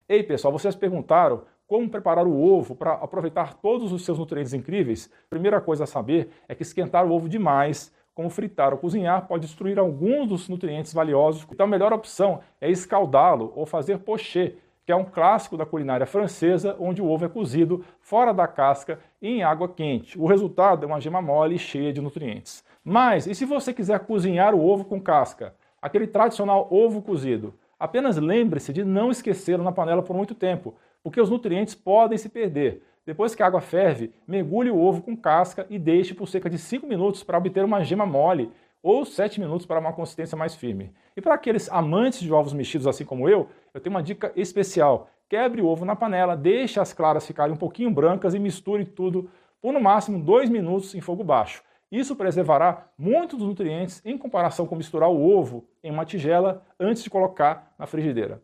Ei pessoal, vocês perguntaram como preparar o ovo para aproveitar todos os seus nutrientes incríveis? A primeira coisa a saber é que esquentar o ovo demais, como fritar ou cozinhar, pode destruir alguns dos nutrientes valiosos. Então a melhor opção é escaldá-lo ou fazer poché, que é um clássico da culinária francesa, onde o ovo é cozido fora da casca e em água quente. O resultado é uma gema mole e cheia de nutrientes. Mas e se você quiser cozinhar o ovo com casca? Aquele tradicional ovo cozido. Apenas lembre-se de não esquecê-lo na panela por muito tempo, porque os nutrientes podem se perder. Depois que a água ferve, mergulhe o ovo com casca e deixe por cerca de 5 minutos para obter uma gema mole ou 7 minutos para uma consistência mais firme. E para aqueles amantes de ovos mexidos assim como eu tenho uma dica especial. Quebre o ovo na panela, deixe as claras ficarem um pouquinho brancas e misture tudo por no máximo 2 minutos em fogo baixo. Isso preservará muitos dos nutrientes em comparação com misturar o ovo em uma tigela antes de colocar na frigideira.